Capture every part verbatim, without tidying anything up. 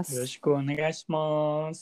まよろす。 しくお願いします。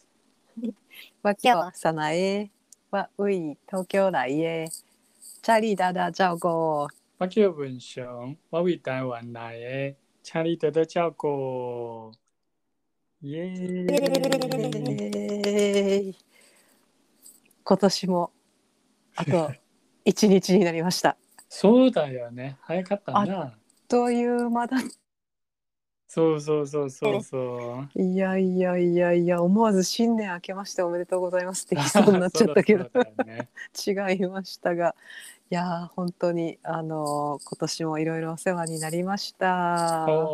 わきょさなえわうい東京来耶，家里大大照顾。 我叫文雄，我为台湾来的，请你多多照顾。耶イー！ エーイ。今年もあと一日になりました。 そうだよね。早かったあっな。 という間だ。 そうそうそうそうそう。 いやいやいやいや、思わず新年明けましておめでとうございますって言いそうになっちゃったけどそろそろだよね。 違いましたが、いやー本当にあのー今年もいろいろお世話になりました。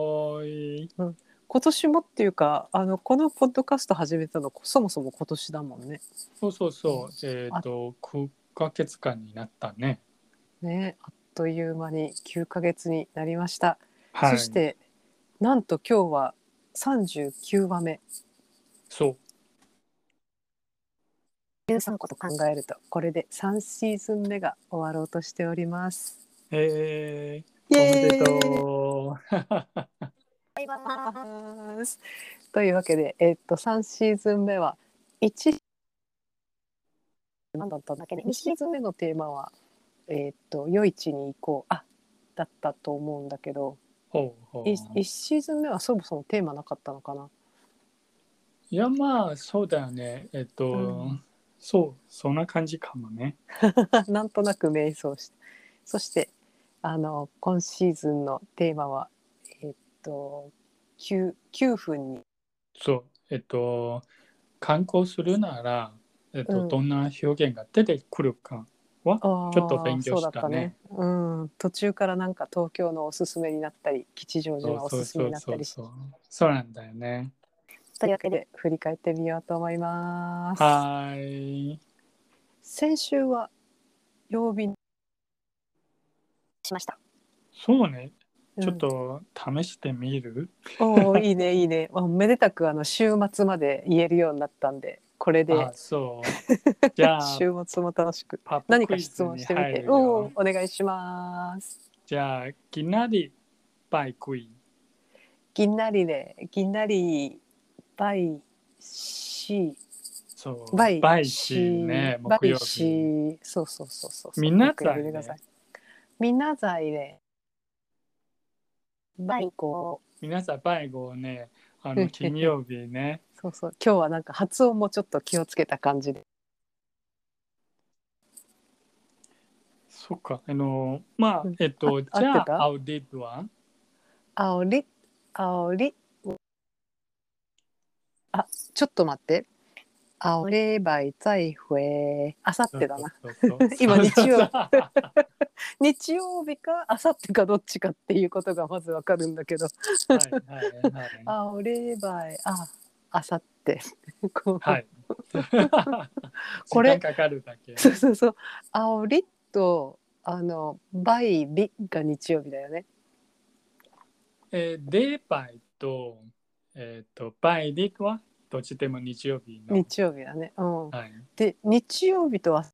おーい。 うん、今年もっていうかあのこのポッドキャスト始めたのそもそも今年だもんね。 そうそうそう。えっあと、きゅうかげつかんになったね。 ね、あっという間にきゅうかげつになりました。そはい。 してなんと今日はさんじゅうきゅうわめ。 そう。 じゅうさんこと考えるとこれでさんシーズン目が終わろうとしております。 えイー、おめでエーイとう。 というわけで、えっとさんシーズン目はいち何だったんだっけね。にシーズン目のテーマはえっと夜市に行こうあだったと思うんだけど、 ほうほう。 いちシーズン目はそもそもテーマなかったのかな。 いや、まあ、そうだよね。えっと、 うん、 そう、そんな感じかもね。 なんとなく迷走して、そしてあの今シーズンのテーマはえっと 9, きゅうふんに、 そう、えっと、観光するなら、えっと、 うん、 どんな表現が出てくるかは、ちょっとああ勉強そうだったしたね。 ね、うん、途中からなんか東京のおすすめになったり吉祥寺そうのおすすめそうそうになったりしそうそう。そうなんだよね。 というわけで振り返ってみようと思います。 はーい。 先週は曜日しました。 そうね。ちょっうん、 と試してみる。 おーいいねいいね。あめでたくあの週末まで言えるようになったんでこれであ、そう。じゃあ、 週末も楽しくパブクイ何か質ズに入問してみて。 るよ。 おーお願いします。 じゃあ、きなりバイクイ。 ぎんなりでぎんなりバイシそう、 バイバイシシね、 バイ木曜日。 シそうそうそうそうそみなうよくやってざいね。 ください。みなざいでバイコ皆さん、バイゴね、あの、金ー曜日ね。 そうそう今日はなんか発音もちょっと気をつけた感じで。 そっか、あの、まあ、 うん、あえっと、じゃあ、 合ってた。 アウディットはあおりあおりあちょっと待って。あおればいざいふえあさっそうそうてだな。 そうそう。 今そうそうそう。 日曜日曜日かあさってかどっちかっていうことがまずわかるんだけどはいはいはい。 あおればいああさってこうはい。時これ間かかるだけ。 そうそうそうあおりとあのバイリが日曜日だよね。 えー、デーバイと、えっと、バイリはどっちでも日曜日の。 日曜日だね。うん。 はい。 で日曜日とは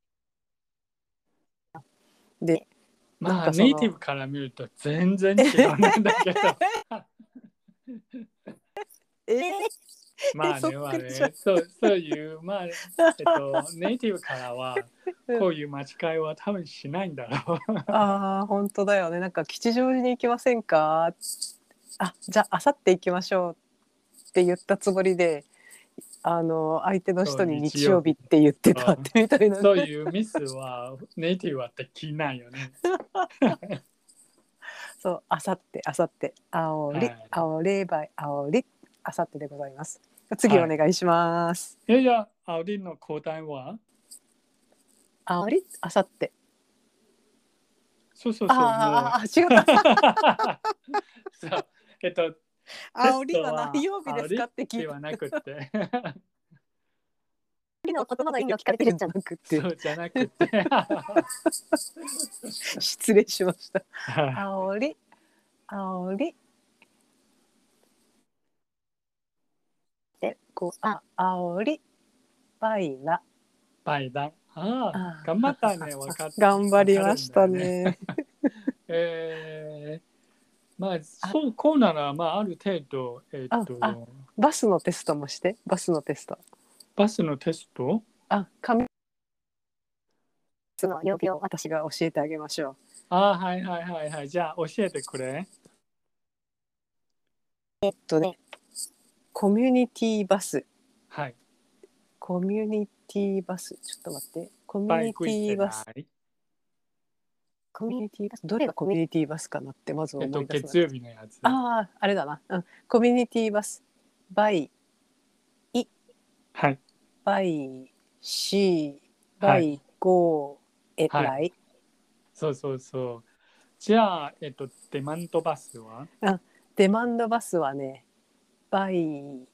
でなんまあ、 かそのネイティブから見ると全然違うんだけど。 えー、そっまあね、まあくりじゃん。 ね、そう、そういう、まあ、えっと、ネイティブからは、こういう間違いは多分しないんだろう。 ああ本当だよね。なんか吉祥寺に行きませんか。あじゃああさって行きましょうって言ったつもりであの相手のそう、 人に日曜日。 日曜日って言ってたってみたいなね。 そういうミスはネイティブはできないよね。 そうあさってあさってあおりはい。 あおればいあおりあさってでございます。次おはい。 願いします。 いやいや、アウディの答えはあおりあさって。 そうそうそう、もう。 あーあー違ったそう、えっと、テスあおりは何トは曜日ですかアウディって聞いた。 ではなくて、 りの言葉の意味を聞かれてるんじゃなくてそうじゃなくて、 失礼しました。 はい。 あおりあおりでこうああおりバイラバイダン。ああ、 あ頑張ったね。わかっ、 頑張わかるりましんだよね。 たね。 えー、 まあ、 あそう、こうなら、まあ、ある程度、えっああと、 バスのテストもしてバスのテスト。 バスのテスト。 あ紙の曜日を私が教えてあげましょう。 ああ、はいはいはいはい。じゃあ、教えてくれ。 えっとねコミュニティバスはい。 コミュニティバスちょっと待ってコミュニテバイク行ってィバスないコミュニティバスどれがコミュニティバスかなってまずえっと、 思い出すな。 月曜日のやつ。 あああれだな、うん、コミュニティバスバイはい。 バイシーバはい。 イゴーえはい。 らいそうそうそう。じゃあ、えっと、デマントバスはあデマンドバスはねバイ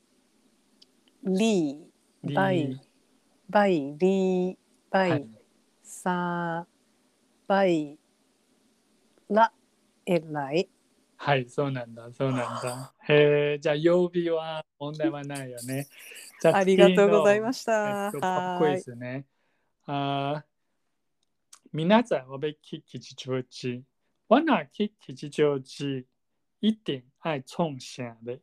リーバイリー、 バイリーバイはい。 サーバイラえらい。 はい、そうなんだ、そうなんだ。へえ、じゃあ、曜日は問題はないよね。じゃあ、 ありが次とうございの、 ました。 えっと、パブクイはーい。 ズね。あ明仔载我要去吉祥寺。我若去吉祥寺，一定愛創啥咧？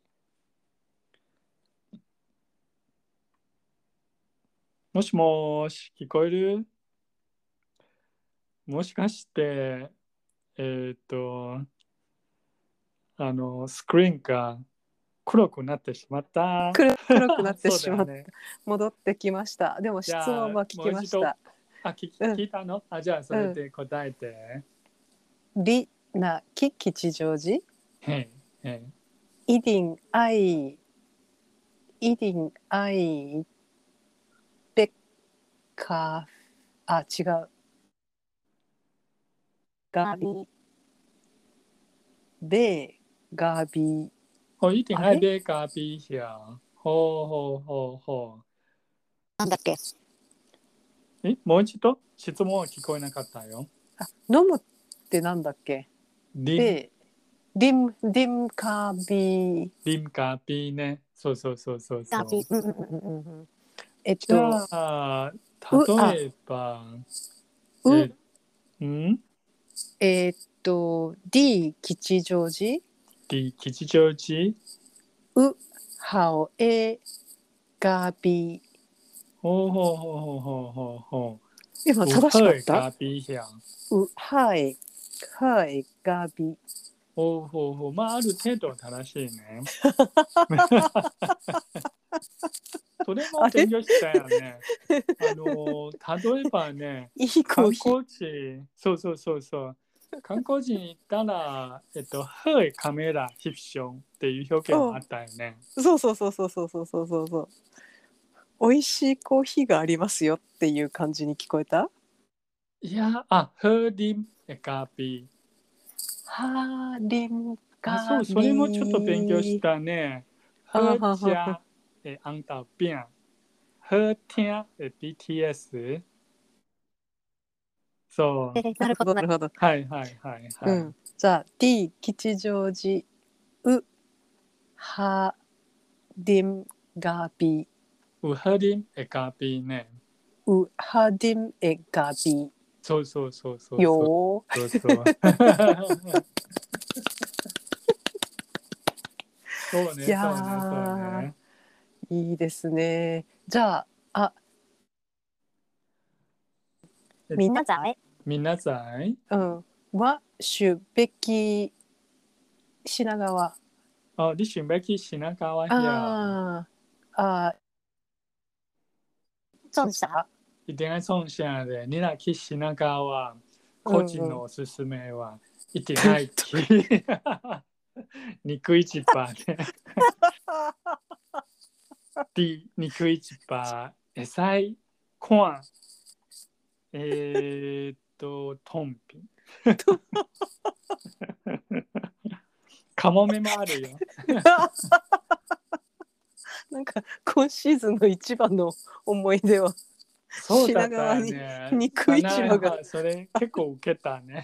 もしもし、聞こえる？もしかして、えっと、あの、スクリーンが黒くなってしまった。 黒黒くなってそうしまった。 だよね。 戻ってきました。でもじ質ゃあ、 問は聞きもう一度、 ました。 あ、聞うん、 聞いたのあ、じゃあ、それうん。 で答えて。 りなき吉祥寺。 へい、へい。 イディンアイ、イディンアイ、ベッカー、あ、違う。ガビ、ベー、ガビ、 哦，一定あれ愛買咖啡呀。ほうほうほうほう。 なんだっけえ、もう一度質問は聞こえなかったよ。 あ、飲むってなんだっけリン、 ベー、リム、リムカビ、 リンカビね。そうそうそうそうガビ、 そう。 うんうんうんうんうん。えっじと、 ゃあ、 う、あ、 例えば、 う、 え、んえーっと、D 吉祥寺、 で、吉祥寺う、はおえ、がび。 ほうほうほうほうほうほうほ今う。う正しかったはい咖啡や。 う、はい、はい、がび。 ほうほうほう。まあ、ある程度は正しいね。それもあれ勉強したよね。あの、例えばね、 いいコー観ヒ光地、そうそうそうそう。観光地に行ったら、えっと、はいカメラ、ヒプションっていう表ー。 現はあうん、 ったよね。 そうそうそうそうそうそうそうそうそう。美味しいコーヒーがありますよっていう感じに聞こえたいや、あ、ヘーディンエカーピー。 ハーリンあ、そガう、それもちょっと勉強しビ。 たね。 あヘーははは。 ジャえアンダービン。ヘーティアえ ビーティーエス。そう。 なるほどなるほど。 はいはいはいはい。 うん。じゃあ D 吉祥寺、う、は、ディンガビ。 ウヘディンエカーピーね。 うはディンエガビそうそうそうそうそう。 よそうそう。そうー。いね、そうね、そうやね。 ー、いいですね。じゃあ、あ、 えみんなさい。 皆さん、 うん。は、シュべき品川。 哦，你想要去品川遐， ああ、あそうした一定要創啥で、你若去品川、個うんうん。 人のおすすめは、一定要去肉市場ね。で、肉市場、野菜、コーン、えーっと、トンピン。カモメもあるよ。 なんか今シーズンの一番の思い出はそうだったよ品川にね。 肉市場が花屋、それ結構受けたね。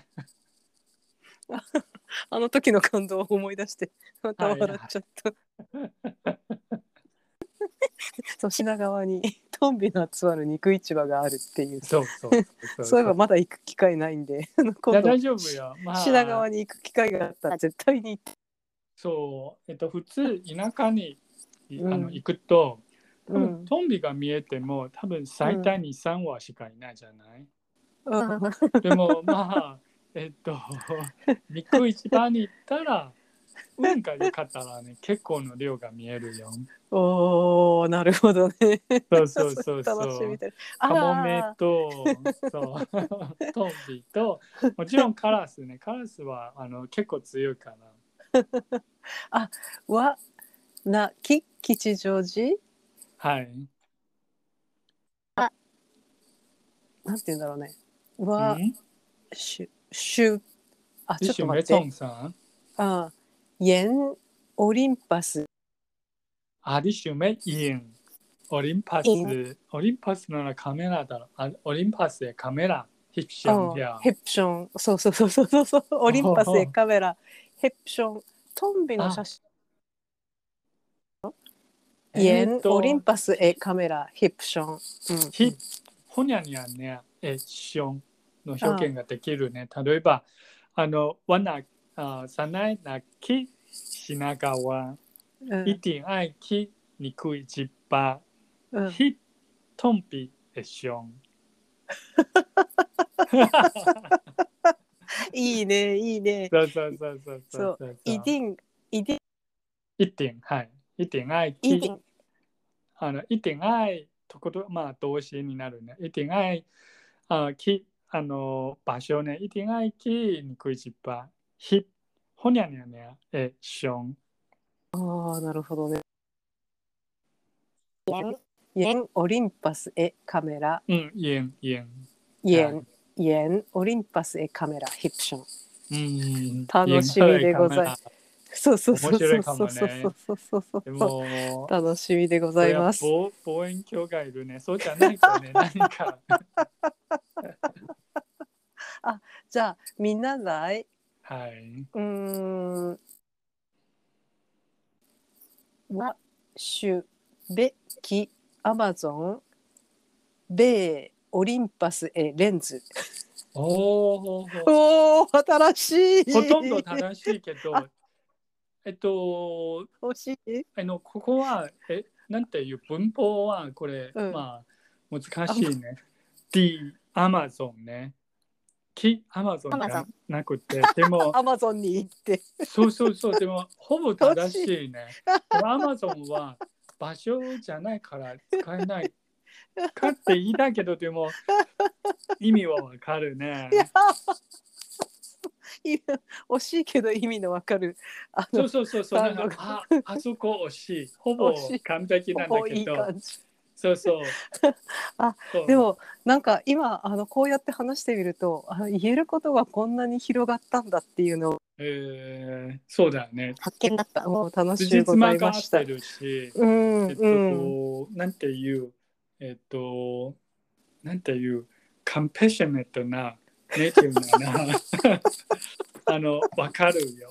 あの時の感動を思い出してまたはい。 笑っちゃった。 そう品川にトンビの集まる肉市場があるっていう。 そうそうそうそう。 そういえばまだ行く機会ないんで、あのい今度や大丈夫よ。ま品あ川に行く機会があったら絶対に行って。 そう、えっと普通田舎にうんあの行くと、多分うんトンビが見えても多分最大にさんわしかいないじゃない。 うんでもまあえっと肉市場に行ったら運が良かったらね結構の量が見えるよ。 おーなるほどね。 そうそうそう楽しみそう。 で。 カモメああとそうトンビともちろんカラスね。カラスはあの結構強いから。 あわなき吉祥寺はい。 なんて言うんだろうね。 うわん？ しゅしゅあちょっリシュメソと待って。 ンさん？ あインオリンパスアリシュメイン。オリンパスイン、 オリンパスならカメラだろ。あオリンパスでカメラ。ヒプションあや。 ヘプションそうそうそうそうそうオリンパスおへカメラヘプショントンビの写あ、 真イえっ、 ンオリンと、 パスへカメラヘプション、うんうん、 ヒ、ほにゃにゃね、エションの表あ現ができるね。例えば、あの、わな、あ、さないなき、品川、 うん一定愛き、肉市場、 うんヒ、トンピ、エション。 いいねいいねそうそうそうそうそそううそうそう。 イディンイディン一点、はい。一点愛き、 イディンあの、一点愛とこと、まあ、動詞になるね。一点愛、あ、き、あの、場所ね。一点愛き、肉市場、ひ、ほにゃにゃにゃ、え、しょん。 ああなるほどねインオリンパスへカメラうん、いえん、いえん。はい。 イエンイエンオリンパスへカメラヘプションうん、いえん、 楽しみはい、 でございカメラ。 そうそう面そうそう白いかそうそうそもね。 うそうそうそうでそうも、 楽しみでごそれはざいます望望遠鏡がいるね。そうじゃないとね、何か。 あじゃあみんなだいうはい。 ーんわしゅべきアマゾン米オリンパスへレンズおお、 おー新しいほとんど正しいけあど、えっと、 惜しいあの、ここは、え、なんていう文法は、これ、 うんまあ、難あしいね。the Amazon ね。き Amazon じゃ Amazon なくて、でも、 アマゾンに行ってそうそうそう、でも、ほぼ正惜しいしいね。でも Amazon は場所じゃないから使えないかって言いたけど、でも、意味はわかるね。 いやいや惜しいけど意味のわかるあのそうそうそうそう、なんか、 単語があ、あそこ惜しい。ほ惜しいぼ完璧なんだほぼいいけど、 感じそうそう。 あそう、 でもなんか今あのこうやって話してみるとあの言えることがこんなに広がったんだっていうのをえー、そうだね。 発見だったもう楽しゅうご辻褄ざいましたが合ってるし、 うんえっうんと、なんていう、えっと、なんていう、カンペッショネットな、ネイティブなな、あの、わかるよ。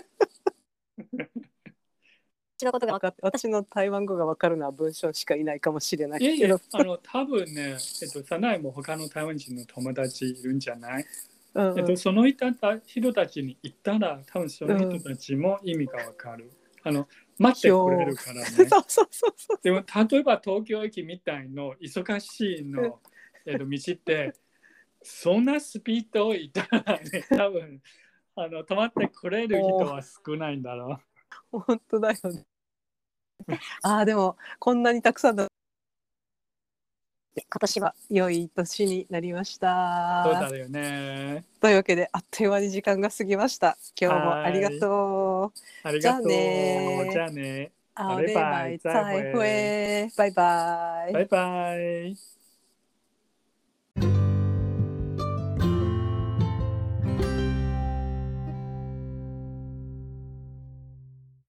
私のことが分かって私の台湾語が分かるのは文章しかいないかもしれないいえいえ、 けどあの、多分ね、えっと、サナイも他の台湾人の友達いるんじゃない？ うんうんえっと、その人た人たちに言ったら、多分その人うんたちも意味がわかる。あの、待ってくれるからね。 そうそうそうそうでも、例えば東京駅みたいの忙しいの、えっと、道って、そんなスピードいたらね、多分あの止まってくれる人は少ないんだろ本当だよねあーでもこんなにたくさんの今年は良い年になりましう。そうただよね。 というわけであっという間に時間が過ぎました今日もありがはい。 とうありじゃあがとう。じねゃあね。バあイバイ。 れバイ再再会。 会バイバイバイバイ。